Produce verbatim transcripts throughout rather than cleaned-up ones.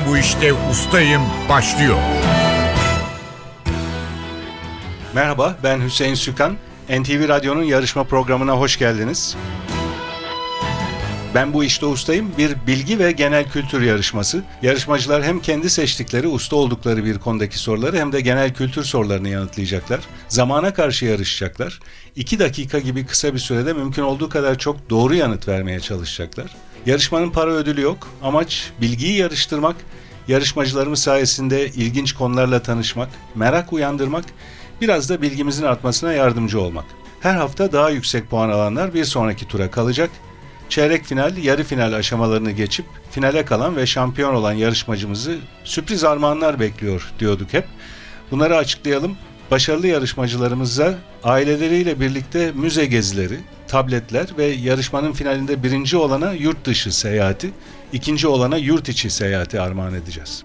Ben bu işte ustayım başlıyor. Merhaba, ben Hüseyin Sükan. N T V Radyo'nun yarışma programına hoş geldiniz. Ben bu işte ustayım bir bilgi ve genel kültür yarışması. Yarışmacılar hem kendi seçtikleri, usta oldukları bir konudaki soruları hem de genel kültür sorularını yanıtlayacaklar. Zamana karşı yarışacaklar. İki dakika gibi kısa bir sürede mümkün olduğu kadar çok doğru yanıt vermeye çalışacaklar. Yarışmanın para ödülü yok. Amaç bilgiyi yarıştırmak, yarışmacılarımız sayesinde ilginç konularla tanışmak, merak uyandırmak, biraz da bilgimizin artmasına yardımcı olmak. Her hafta daha yüksek puan alanlar bir sonraki tura kalacak. Çeyrek final, yarı final aşamalarını geçip finale kalan ve şampiyon olan yarışmacımızı sürpriz armağanlar bekliyor diyorduk hep. Bunları açıklayalım. Başarılı yarışmacılarımıza aileleriyle birlikte müze gezileri, tabletler ve yarışmanın finalinde birinci olana yurt dışı seyahati, ikinci olana yurt içi seyahati armağan edeceğiz.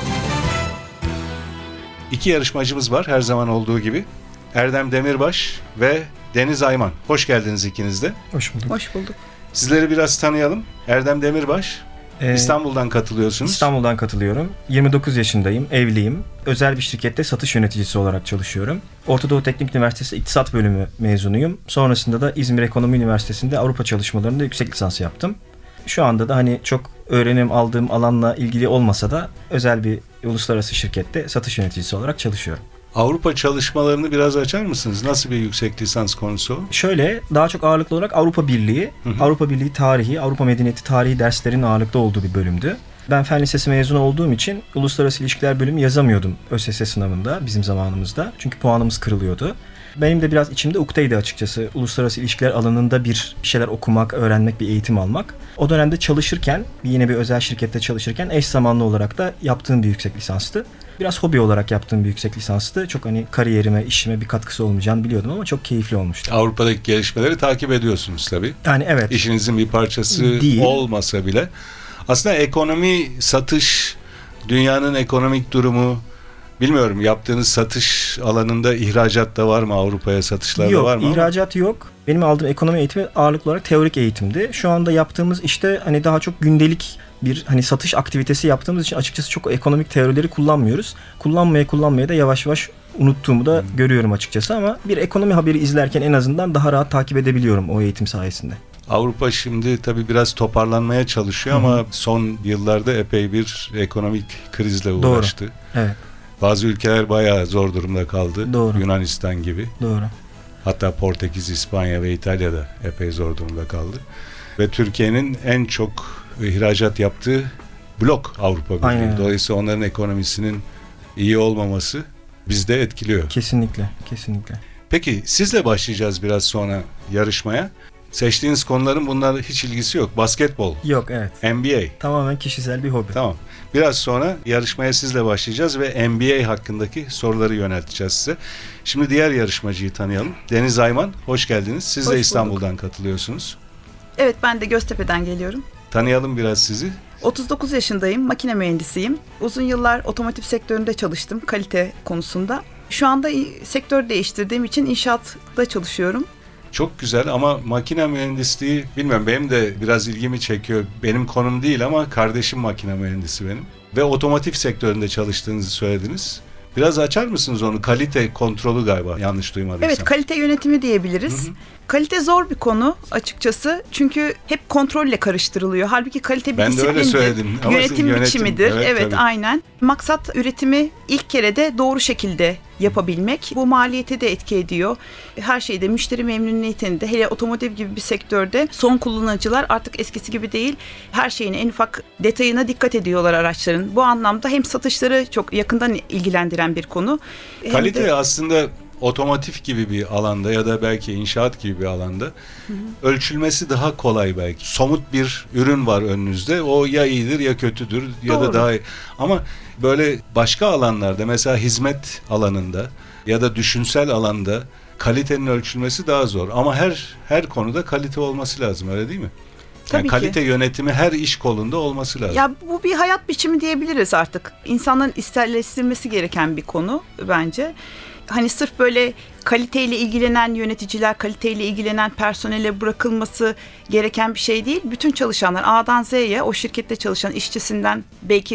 İki yarışmacımız var her zaman olduğu gibi. Erdem Demirbaş ve Deniz Ayman. Hoş geldiniz ikiniz de. Hoş bulduk. Hoş bulduk. Sizleri biraz tanıyalım. Erdem Demirbaş, ee, İstanbul'dan katılıyorsunuz. İstanbul'dan katılıyorum. yirmi dokuz yaşındayım, evliyim. Özel bir şirkette satış yöneticisi olarak çalışıyorum. Orta Doğu Teknik Üniversitesi İktisat Bölümü mezunuyum. Sonrasında da İzmir Ekonomi Üniversitesi'nde Avrupa çalışmalarında yüksek lisans yaptım. Şu anda da hani çok öğrenim aldığım alanla ilgili olmasa da özel bir uluslararası şirkette satış yöneticisi olarak çalışıyorum. Avrupa çalışmalarını biraz açar mısınız? Nasıl bir yüksek lisans konusu o? Şöyle, daha çok ağırlıklı olarak Avrupa Birliği, hı hı. Avrupa Birliği tarihi, Avrupa medeniyeti tarihi derslerinin ağırlıklı olduğu bir bölümdü. Ben fen lisesi mezunu olduğum için uluslararası ilişkiler bölümü yazamıyordum ÖSS sınavında bizim zamanımızda. Çünkü puanımız kırılıyordu. Benim de biraz içimde uktaydı açıkçası. Uluslararası ilişkiler alanında bir şeyler okumak, öğrenmek, bir eğitim almak. O dönemde çalışırken, yine bir özel şirkette çalışırken eş zamanlı olarak da yaptığım bir yüksek lisanstı. Biraz hobi olarak yaptığım bir yüksek lisanstı. Çok hani kariyerime, işime bir katkısı olmayacağını biliyordum ama çok keyifli olmuştu. Avrupa'daki gelişmeleri takip ediyorsunuz tabii. Yani evet. İşinizin bir parçası değil. Olmasa bile. Aslında ekonomi, satış, dünyanın ekonomik durumu, bilmiyorum, yaptığınız satış alanında ihracat da var mı? Avrupa'ya satışlar da var mı? Yok, ihracat yok. Benim aldığım ekonomi eğitimi ağırlıklı olarak teorik eğitimdi. Şu anda yaptığımız işte hani daha çok gündelik bir hani satış aktivitesi yaptığımız için açıkçası çok ekonomik teorileri kullanmıyoruz. Kullanmaya kullanmaya da yavaş yavaş unuttuğumu da hmm. görüyorum açıkçası ama bir ekonomi haberi izlerken en azından daha rahat takip edebiliyorum o eğitim sayesinde. Avrupa şimdi tabii biraz toparlanmaya çalışıyor hmm. ama son yıllarda epey bir ekonomik krizle uğraştı. Doğru. Evet. Bazı ülkeler bayağı zor durumda kaldı. Doğru. Yunanistan gibi. Doğru. Hatta Portekiz, İspanya ve İtalya da epey zor durumda kaldı. Ve Türkiye'nin en çok ihracat yaptığı blok Avrupa Birliği. Aynen. Dolayısıyla onların ekonomisinin iyi olmaması bizi de etkiliyor. Kesinlikle, kesinlikle. Peki sizle başlayacağız biraz sonra yarışmaya. Seçtiğiniz konuların bunlarla hiç ilgisi yok. Basketbol. Yok, evet. N B A. Tamamen kişisel bir hobi. Tamam. Biraz sonra yarışmaya sizle başlayacağız ve N B A hakkındaki soruları yönelteceğiz size. Şimdi diğer yarışmacıyı tanıyalım. Deniz Ayman, hoş geldiniz. Siz hoş de İstanbul'dan bulduk. Katılıyorsunuz. Evet, ben de Göztepe'den geliyorum. Tanıyalım biraz sizi. otuz dokuz yaşındayım, makine mühendisiyim. Uzun yıllar otomotiv sektöründe çalıştım, kalite konusunda. Şu anda sektör değiştirdiğim için inşaatta çalışıyorum. Çok güzel ama makine mühendisliği, bilmiyorum, benim de biraz ilgimi çekiyor. Benim konum değil ama kardeşim makine mühendisi benim. Ve otomotiv sektöründe çalıştığınızı söylediniz. Biraz açar mısınız onu? Kalite kontrolü galiba, yanlış duymadıysam. Evet, kalite yönetimi diyebiliriz. Hı hı. Kalite zor bir konu açıkçası. Çünkü hep kontrolle karıştırılıyor. Halbuki kalite bir ben disiplindir. Ben de öyle söyledim. Ama yönetim, yönetim biçimidir. Evet, evet aynen. Maksat üretimi ilk kere de doğru şekilde yapabilmek. Bu maliyete de etki ediyor. Her şeyde müşteri memnuniyetinde, hele otomotiv gibi bir sektörde son kullanıcılar artık eskisi gibi değil. Her şeyine, en ufak detayına dikkat ediyorlar araçların. Bu anlamda hem satışları çok yakından ilgilendiren bir konu. Kalite de... aslında otomotiv gibi bir alanda ya da belki inşaat gibi bir alanda hı hı. ölçülmesi daha kolay belki. Somut bir ürün var önünüzde. O ya iyidir ya kötüdür ya Doğru. da daha iyi. Ama böyle başka alanlarda, mesela hizmet alanında ya da düşünsel alanda kalitenin ölçülmesi daha zor. Ama her her konuda kalite olması lazım, öyle değil mi? Yani kalite ki. yönetimi her iş kolunda olması lazım. Ya bu bir hayat biçimi diyebiliriz artık. İnsanların içselleştirmesi gereken bir konu bence. Hani sırf böyle kaliteyle ilgilenen yöneticiler, kaliteyle ilgilenen personele bırakılması gereken bir şey değil. Bütün çalışanlar A'dan Z'ye, o şirkette çalışan işçisinden belki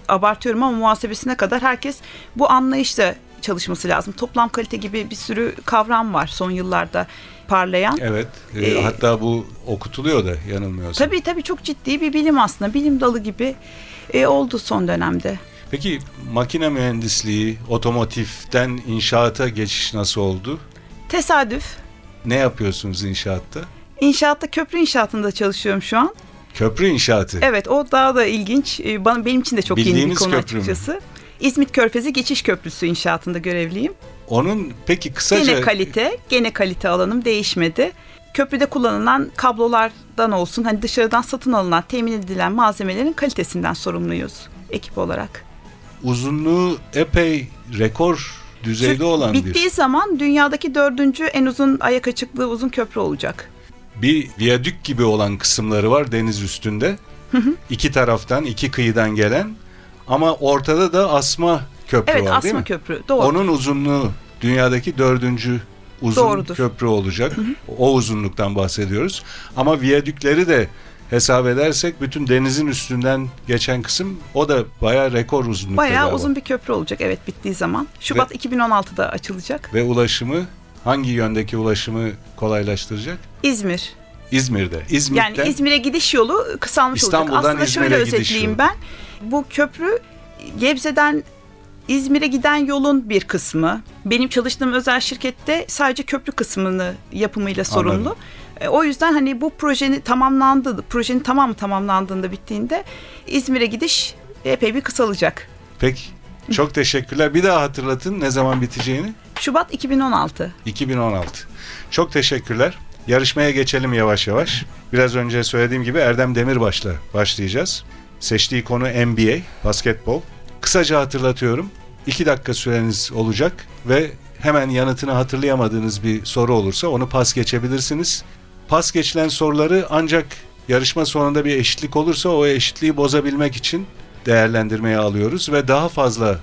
abartıyorum ama muhasebesine kadar herkes bu anlayışla çalışması lazım. Toplam kalite gibi bir sürü kavram var son yıllarda parlayan. Evet. E, Ee, hatta bu okutuluyor da yanılmıyorsam. Tabii tabii çok ciddi bir bilim aslında. Bilim dalı gibi e, oldu son dönemde. Peki makine mühendisliği, otomotivden inşaata geçiş nasıl oldu? Tesadüf. Ne yapıyorsunuz inşaatta? İnşaatta, köprü inşaatında çalışıyorum şu an. Köprü inşaatı. Evet, o daha da ilginç. Ee, Bana benim için de çok yeni bir Bildiğimiz konu köprü mü? açıkçası. İzmit Körfezi Geçiş Köprüsü inşaatında görevliyim. Onun peki kısaca... Gene kalite, gene kalite alanım değişmedi. Köprüde kullanılan kablolardan olsun, hani dışarıdan satın alınan, temin edilen malzemelerin kalitesinden sorumluyuz ekip olarak. Uzunluğu epey rekor düzeyde Türk- olan Bittiği bir... zaman dünyadaki dördüncü en uzun ayak açıklığı uzun köprü olacak. Bir viyadük gibi olan kısımları var deniz üstünde. İki taraftan, iki kıyıdan gelen. Ama ortada da asma köprü Evet, var değil asma mi? köprü. Doğru. Onun uzunluğu dünyadaki dördüncü uzun Doğrudur. köprü olacak. O uzunluktan bahsediyoruz. Ama viyadükleri de hesap edersek bütün denizin üstünden geçen kısım o da bayağı rekor uzunlukta Bayağı galiba. uzun bir köprü olacak evet bittiği zaman. Şubat Ve- iki bin on altıda açılacak. Ve ulaşımı hangi yöndeki ulaşımı kolaylaştıracak? İzmir. İzmir'de. İzmit'ten Yani İzmir'e gidiş yolu kısalmış İstanbul'dan olacak. Aslında İzmir'e şöyle gidiş özetleyeyim yolu. ben. Bu köprü Gebze'den İzmir'e giden yolun bir kısmı. Benim çalıştığım özel şirkette sadece köprü kısmını yapımıyla sorumlu. Anladım. E, O yüzden hani bu projenin tamamlandığı, projenin tamamı tamamlandığında bittiğinde İzmir'e gidiş epey bir kısalacak. Peki. Çok teşekkürler. Bir daha hatırlatın ne zaman biteceğini? Şubat iki bin on altı. iki bin on altı. Çok teşekkürler. Yarışmaya geçelim yavaş yavaş. Biraz önce söylediğim gibi Erdem Demirbaş'la başlayacağız. Seçtiği konu N B A, basketbol. Kısaca hatırlatıyorum. iki dakika süreniz olacak ve hemen yanıtını hatırlayamadığınız bir soru olursa onu pas geçebilirsiniz. Pas geçilen soruları ancak yarışma sonunda bir eşitlik olursa o eşitliği bozabilmek için değerlendirmeye alıyoruz ve daha fazla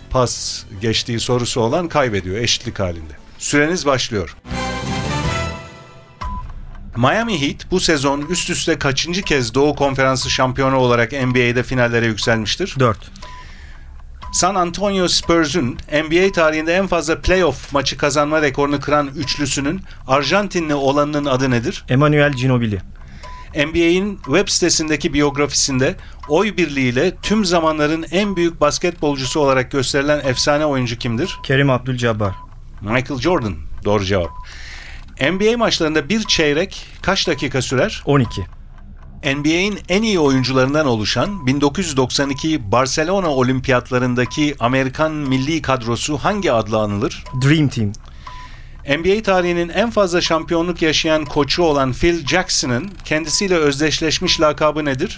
pas geçtiği sorusu olan kaybediyor eşitlik halinde. Süreniz başlıyor. Miami Heat bu sezon üst üste kaçıncı kez Doğu Konferansı şampiyonu olarak N B A'de finallere yükselmiştir? dört. San Antonio Spurs'un N B A tarihinde en fazla playoff maçı kazanma rekorunu kıran üçlüsünün Arjantinli olanının adı nedir? Emmanuel Ginobili. N B A'in web sitesindeki biyografisinde oy birliğiyle tüm zamanların en büyük basketbolcusu olarak gösterilen efsane oyuncu kimdir? Kerim Abdul-Jabbar. Michael Jordan. Doğru cevap. N B A maçlarında bir çeyrek kaç dakika sürer? on iki. N B A'in en iyi oyuncularından oluşan bin dokuz yüz doksan iki Barcelona Olimpiyatlarındaki Amerikan milli kadrosu hangi adla anılır? Dream Team. N B A tarihinin en fazla şampiyonluk yaşayan koçu olan Phil Jackson'ın kendisiyle özdeşleşmiş lakabı nedir?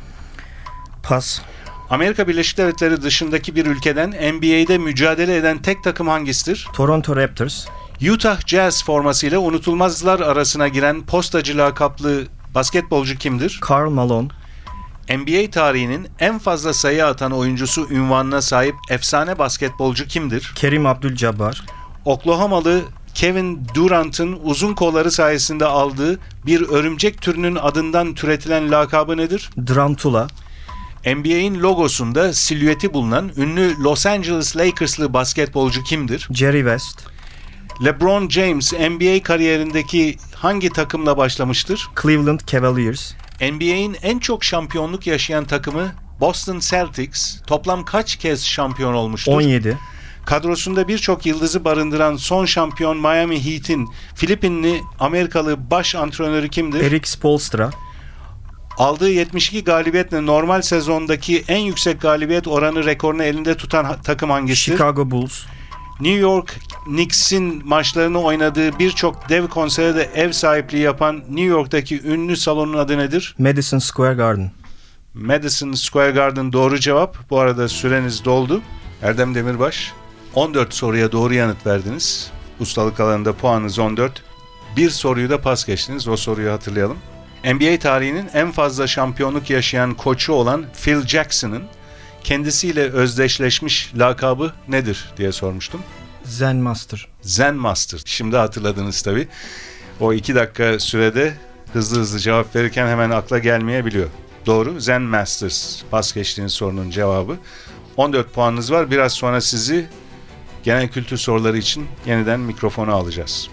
Pas. Amerika Birleşik Devletleri dışındaki bir ülkeden N B A'de mücadele eden tek takım hangisidir? Toronto Raptors. Utah Jazz formasıyla unutulmazlar arasına giren postacı lakaplı basketbolcu kimdir? Karl Malone. N B A tarihinin en fazla sayı atan oyuncusu unvanına sahip efsane basketbolcu kimdir? Kerim Abdul-Jabbar. Oklahoma'lı Kevin Durant'ın uzun kolları sayesinde aldığı bir örümcek türünün adından türetilen lakabı nedir? Drantula. N B A'in logosunda silüeti bulunan ünlü Los Angeles Lakers'lı basketbolcu kimdir? Jerry West. LeBron James N B A kariyerindeki hangi takımla başlamıştır? Cleveland Cavaliers. N B A'in en çok şampiyonluk yaşayan takımı Boston Celtics toplam kaç kez şampiyon olmuştur? on yedi. Kadrosunda birçok yıldızı barındıran son şampiyon Miami Heat'in Filipinli Amerikalı baş antrenörü kimdir? Erik Spoelstra. Aldığı yetmiş iki galibiyetle normal sezondaki en yüksek galibiyet oranı rekorunu elinde tutan ha- takım hangisidir? Chicago Bulls. New York Knicks'in maçlarını oynadığı birçok dev konsere de ev sahipliği yapan New York'taki ünlü salonun adı nedir? Madison Square Garden. Madison Square Garden doğru cevap. Bu arada süreniz doldu. Erdem Demirbaş, on dört soruya doğru yanıt verdiniz. Ustalık alanında puanınız on dört. Bir soruyu da pas geçtiniz. O soruyu hatırlayalım. N B A tarihinin en fazla şampiyonluk yaşayan koçu olan Phil Jackson'ın kendisiyle özdeşleşmiş lakabı nedir diye sormuştum. Zen Master. Zen Master. Şimdi hatırladınız tabii. O iki dakika sürede hızlı hızlı cevap verirken hemen akla gelmeyebiliyor. Doğru. Zen Masters. Pas geçtiğiniz sorunun cevabı. on dört puanınız var. Biraz sonra sizi genel kültür soruları için yeniden mikrofona alacağız.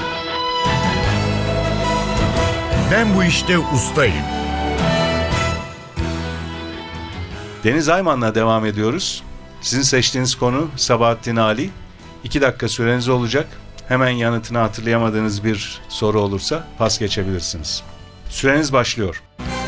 Ben bu işte ustayım. Deniz Ayman'la devam ediyoruz. Sizin seçtiğiniz konu Sabahattin Ali. İki dakika süreniz olacak. Hemen yanıtını hatırlayamadığınız bir soru olursa pas geçebilirsiniz. Süreniz başlıyor.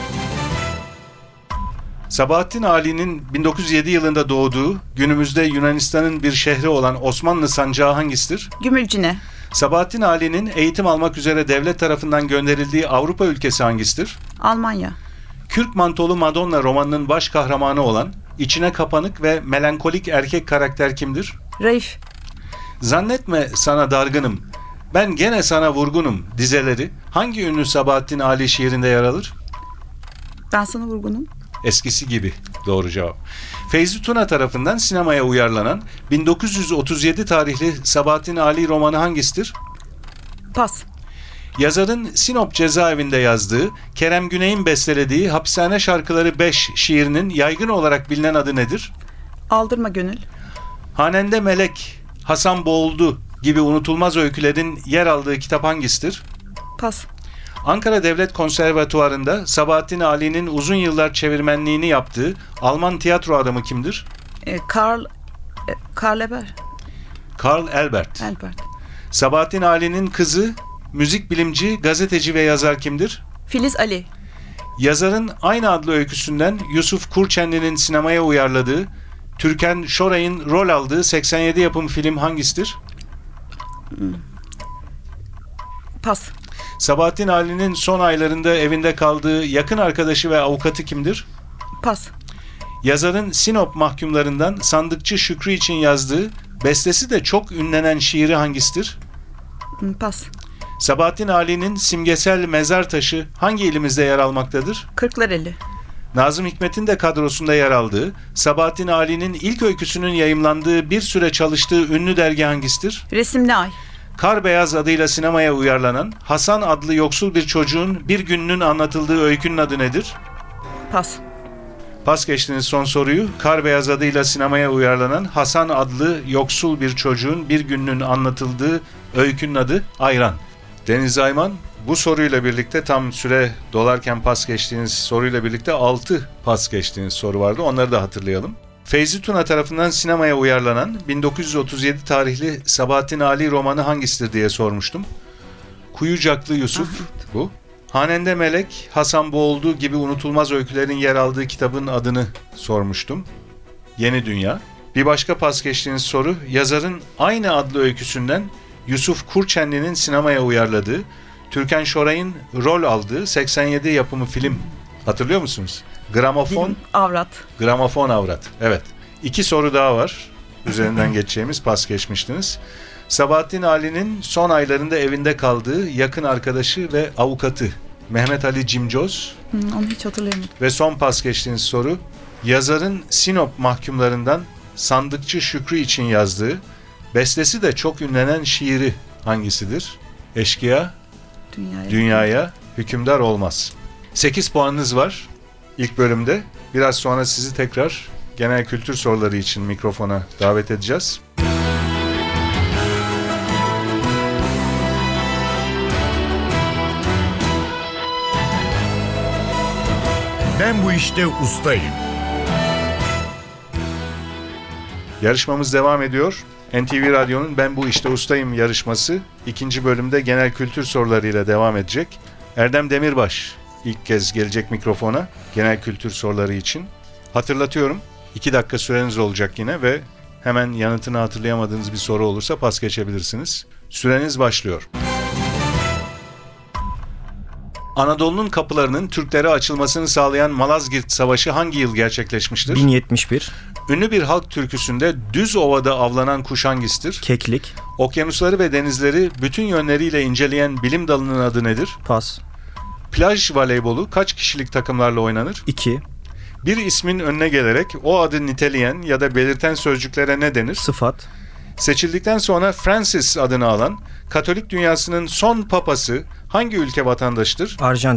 Sabahattin Ali'nin bin dokuz yüz yedi yılında doğduğu, günümüzde Yunanistan'ın bir şehri olan Osmanlı sancağı hangisidir? Gümülcine. Sabahattin Ali'nin eğitim almak üzere devlet tarafından gönderildiği Avrupa ülkesi hangisidir? Almanya. Kürk Mantolu Madonna romanının baş kahramanı olan, içine kapanık ve melankolik erkek karakter kimdir? Raif. Zannetme sana dargınım, ben gene sana vurgunum dizeleri hangi ünlü Sabahattin Ali şiirinde yer alır? Ben sana vurgunum. Eskisi gibi. Doğru cevap. Feyzi Tuna tarafından sinemaya uyarlanan bin dokuz yüz otuz yedi tarihli Sabahattin Ali romanı hangisidir? Pas. Yazarın Sinop cezaevinde yazdığı, Kerem Güney'in bestelediği Hapishane Şarkıları beş şiirinin yaygın olarak bilinen adı nedir? Aldırma gönül. Hanende Melek, Hasan Boğuldu gibi unutulmaz öykülerin yer aldığı kitap hangisidir? Pas. Ankara Devlet Konservatuvarı'nda Sabahattin Ali'nin uzun yıllar çevirmenliğini yaptığı Alman tiyatro adamı kimdir? E, Karl e, Karl Eber. Karl Elbert. Albert. Sabahattin Ali'nin kızı, müzik bilimci, gazeteci ve yazar kimdir? Filiz Ali. Yazarın aynı adlı öyküsünden Yusuf Kurçenli'nin sinemaya uyarladığı, Türkan Şoray'ın rol aldığı seksen yedi yapım film hangisidir? Pas. Sabahattin Ali'nin son aylarında evinde kaldığı yakın arkadaşı ve avukatı kimdir? Pas. Yazarın Sinop mahkumlarından Sandıkçı Şükrü için yazdığı, bestesi de çok ünlenen şiiri hangisidir? Pas. Sabahattin Ali'nin simgesel mezar taşı hangi ilimizde yer almaktadır? Kırklareli. Nazım Hikmet'in de kadrosunda yer aldığı, Sabahattin Ali'nin ilk öyküsünün yayımlandığı bir süre çalıştığı ünlü dergi hangisidir? Resimli Ay. Kar Beyaz adıyla sinemaya uyarlanan, Hasan adlı yoksul bir çocuğun bir gününün anlatıldığı öykünün adı nedir? Pas. Pas geçtiğiniz son soruyu. Kar Beyaz adıyla sinemaya uyarlanan, Hasan adlı yoksul bir çocuğun bir gününün anlatıldığı öykünün adı Ayran. Deniz Ayman, bu soruyla birlikte tam süre dolarken pas geçtiğiniz soruyla birlikte altı pas geçtiğiniz soru vardı. Onları da hatırlayalım. Feyzi Tuna tarafından sinemaya uyarlanan bin dokuz yüz otuz yedi tarihli Sabahattin Ali romanı hangisidir diye sormuştum. Kuyucaklı Yusuf bu. Hanende Melek, Hasan Boğuldu gibi unutulmaz öykülerin yer aldığı kitabın adını sormuştum. Yeni Dünya. Bir başka pas geçtiğiniz soru, yazarın aynı adlı öyküsünden Yusuf Kurçenli'nin sinemaya uyarladığı, Türkan Şoray'ın rol aldığı seksen yedi yapımı film. Hatırlıyor musunuz? Gramofon. Avrat. Gramofon Avrat. Evet. İki soru daha var. Üzerinden geçeceğimiz, pas geçmiştiniz. Sabahattin Ali'nin son aylarında evinde kaldığı yakın arkadaşı ve avukatı Mehmet Ali Cimcoz. Hı, onu hiç hatırlayamadım. Ve son pas geçtiğiniz soru, yazarın Sinop mahkumlarından Sandıkçı Şükrü için yazdığı, bestesi de çok ünlenen şiiri hangisidir? Eşkıya Dünyaya. dünyaya hükümdar olmaz. sekiz puanınız var ilk bölümde. Biraz sonra sizi tekrar genel kültür soruları için mikrofona davet edeceğiz. Ben bu işte ustayım. Yarışmamız devam ediyor. N T V Radyo'nun Ben Bu İşte Ustayım yarışması ikinci bölümde genel kültür sorularıyla devam edecek. Erdem Demirbaş ilk kez gelecek mikrofona genel kültür soruları için. Hatırlatıyorum, iki dakika süreniz olacak yine ve hemen yanıtını hatırlayamadığınız bir soru olursa pas geçebilirsiniz. Süreniz başlıyor. Anadolu'nun kapılarının Türklere açılmasını sağlayan Malazgirt Savaşı hangi yıl gerçekleşmiştir? bin yetmiş bir. Ünlü bir halk türküsünde düz ovada avlanan kuş hangisidir? Keklik. Okyanusları ve denizleri bütün yönleriyle inceleyen bilim dalının adı nedir? Pas. Plaj voleybolu kaç kişilik takımlarla oynanır? iki. Bir ismin önüne gelerek o adı niteleyen ya da belirten sözcüklere ne denir? Sıfat. Seçildikten sonra Francis adını alan Katolik dünyasının son papası hangi ülke vatandaşıdır? Arjantin.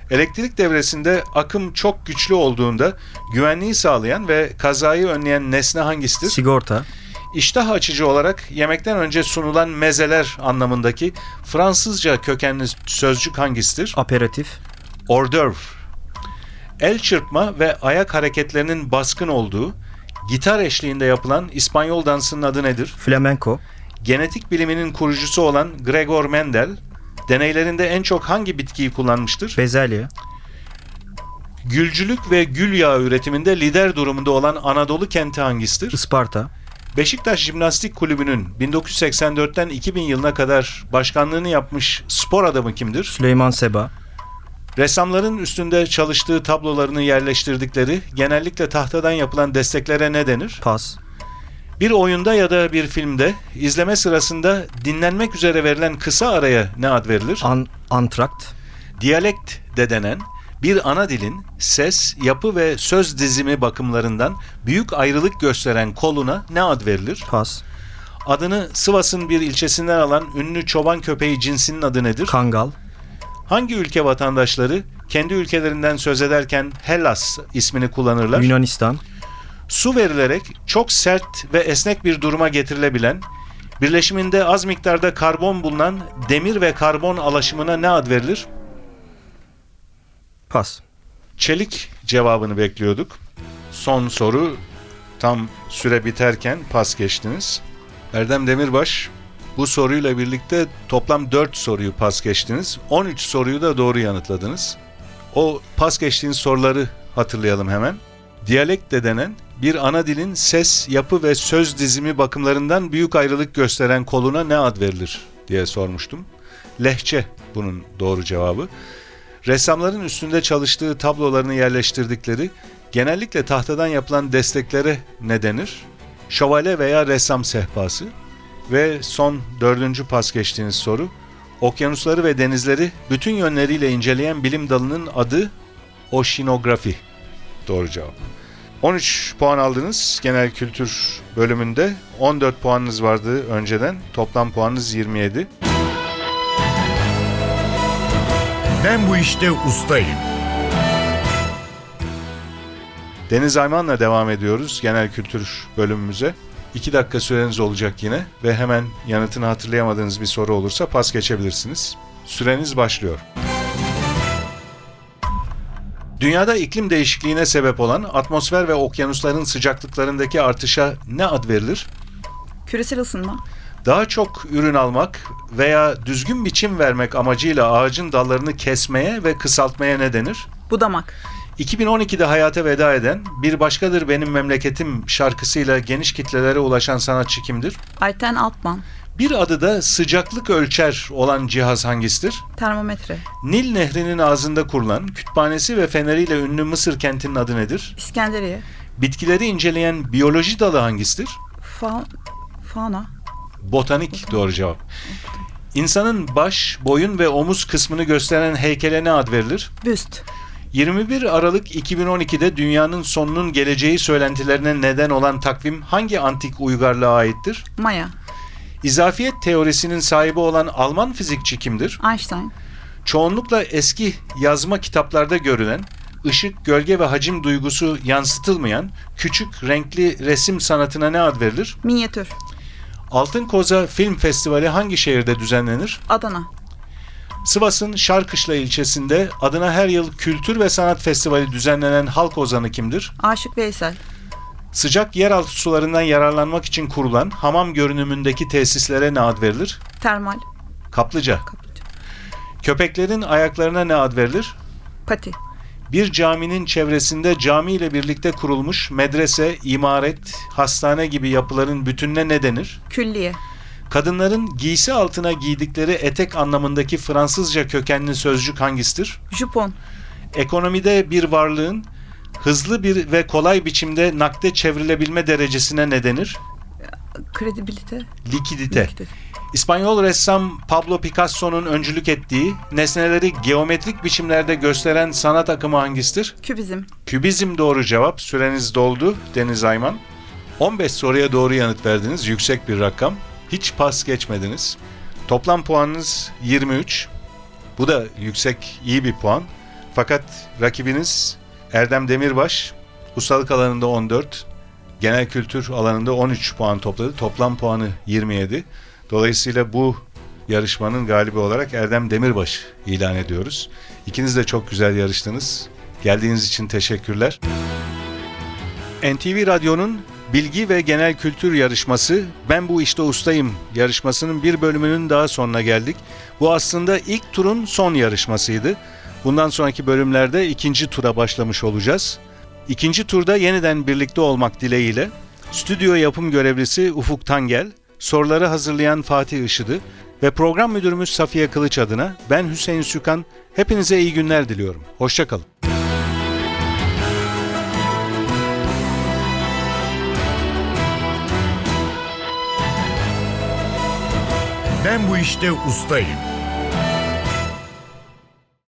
Elektrik devresinde akım çok güçlü olduğunda güvenliği sağlayan ve kazayı önleyen nesne hangisidir? Sigorta. İştah açıcı olarak yemekten önce sunulan mezeler anlamındaki Fransızca kökenli sözcük hangisidir? Aperatif. Hors d'oeuvre. El çırpma ve ayak hareketlerinin baskın olduğu, gitar eşliğinde yapılan İspanyol dansının adı nedir? Flamenco. Genetik biliminin kurucusu olan Gregor Mendel, deneylerinde en çok hangi bitkiyi kullanmıştır? Bezelye. Gülcülük ve gül yağı üretiminde lider durumunda olan Anadolu kenti hangisidir? Isparta. Beşiktaş Jimnastik Kulübü'nün bin dokuz yüz seksen dörtten iki bin yılına kadar başkanlığını yapmış spor adamı kimdir? Süleyman Seba. Ressamların üstünde çalıştığı tablolarını yerleştirdikleri, genellikle tahtadan yapılan desteklere ne denir? Pas. Bir oyunda ya da bir filmde izleme sırasında dinlenmek üzere verilen kısa araya ne ad verilir? An antrakt. Diyalekt de denen bir ana dilin ses, yapı ve söz dizimi bakımlarından büyük ayrılık gösteren koluna ne ad verilir? Pas. Adını Sivas'ın bir ilçesinden alan ünlü çoban köpeği cinsinin adı nedir? Kangal. Hangi ülke vatandaşları kendi ülkelerinden söz ederken Hellas ismini kullanırlar? Yunanistan. Su verilerek çok sert ve esnek bir duruma getirilebilen, birleşiminde az miktarda karbon bulunan demir ve karbon alaşımına ne ad verilir? Pas. Çelik cevabını bekliyorduk. Son soru, tam süre biterken pas geçtiniz. Erdem Demirbaş, bu soruyla birlikte toplam dört soruyu pas geçtiniz. on üç soruyu da doğru yanıtladınız. O pas geçtiğiniz soruları hatırlayalım hemen. Diyalekt de denen bir ana dilin ses, yapı ve söz dizimi bakımlarından büyük ayrılık gösteren koluna ne ad verilir diye sormuştum. Lehçe bunun doğru cevabı. Ressamların üstünde çalıştığı tablolarını yerleştirdikleri, genellikle tahtadan yapılan desteklere ne denir? Şövalye veya ressam sehpası. Ve son dördüncü pas geçtiğiniz soru. Okyanusları ve denizleri bütün yönleriyle inceleyen bilim dalının adı oşinografi. Doğru cevap. on üç puan aldınız genel kültür bölümünde. on dört puanınız vardı önceden. Toplam puanınız yirmi yedi. Ben bu işte ustayım. Deniz Ayman'la devam ediyoruz genel kültür bölümümüze. iki dakika süreniz olacak yine ve hemen yanıtını hatırlayamadığınız bir soru olursa pas geçebilirsiniz. Süreniz başlıyor. Dünyada iklim değişikliğine sebep olan atmosfer ve okyanusların sıcaklıklarındaki artışa ne ad verilir? Küresel ısınma. Daha çok ürün almak veya düzgün biçim vermek amacıyla ağacın dallarını kesmeye ve kısaltmaya ne denir? Budamak. iki bin on ikide hayata veda eden Bir Başkadır Benim Memleketim şarkısıyla geniş kitlelere ulaşan sanatçı kimdir? Ayten Altman. Bir adı da sıcaklık ölçer olan cihaz hangisidir? Termometre. Nil Nehri'nin ağzında kurulan, kütüphanesi ve feneriyle ünlü Mısır kentinin adı nedir? İskenderiye. Bitkileri inceleyen biyoloji dalı hangisidir? Fa fauna. Botanik doğru cevap. İnsanın baş, boyun ve omuz kısmını gösteren heykele ne ad verilir? Büst. yirmi bir Aralık iki bin on ikide dünyanın sonunun geleceği söylentilerine neden olan takvim hangi antik uygarlığa aittir? Maya. İzafiyet teorisinin sahibi olan Alman fizikçi kimdir? Einstein. Çoğunlukla eski yazma kitaplarda görülen, ışık, gölge ve hacim duygusu yansıtılmayan küçük renkli resim sanatına ne ad verilir? Minyatür. Altın Koza Film Festivali hangi şehirde düzenlenir? Adana. Sivas'ın Şarkışla ilçesinde adına her yıl Kültür ve Sanat Festivali düzenlenen halk ozanı kimdir? Aşık Veysel. Sıcak yeraltı sularından yararlanmak için kurulan hamam görünümündeki tesislere ne ad verilir? Termal. Kaplıca. Kaplıca. Köpeklerin ayaklarına ne ad verilir? Pati. Bir caminin çevresinde cami ile birlikte kurulmuş medrese, imaret, hastane gibi yapıların bütününe ne denir? Külliye. Kadınların giysi altına giydikleri etek anlamındaki Fransızca kökenli sözcük hangisidir? Jupon. Ekonomide bir varlığın hızlı bir ve kolay biçimde nakde çevrilebilme derecesine ne denir? Kredibilite. Likidite. Likidite. İspanyol ressam Pablo Picasso'nun öncülük ettiği, nesneleri geometrik biçimlerde gösteren sanat akımı hangisidir? Kübizm. Kübizm doğru cevap. Süreniz doldu Deniz Ayman. on beş soruya doğru yanıt verdiniz. Yüksek bir rakam. Hiç pas geçmediniz. Toplam puanınız yirmi üç. Bu da yüksek, iyi bir puan. Fakat rakibiniz Erdem Demirbaş ustalık alanında on dört, genel kültür alanında on üç puan topladı. Toplam puanı yirmi yedi. Dolayısıyla bu yarışmanın galibi olarak Erdem Demirbaş ilan ediyoruz. İkiniz de çok güzel yarıştınız. Geldiğiniz için teşekkürler. N T V Radyo'nun bilgi ve genel kültür yarışması Ben Bu İşte Ustayım yarışmasının bir bölümünün daha sonuna geldik. Bu aslında ilk turun son yarışmasıydı. Bundan sonraki bölümlerde ikinci tura başlamış olacağız. İkinci turda yeniden birlikte olmak dileğiyle stüdyo yapım görevlisi Ufuk Tangel, soruları hazırlayan Fatih Işıdı ve program müdürümüz Safiye Kılıç adına ben Hüseyin Sükan, hepinize iyi günler diliyorum. Hoşça kalın. Ben bu işte ustayım.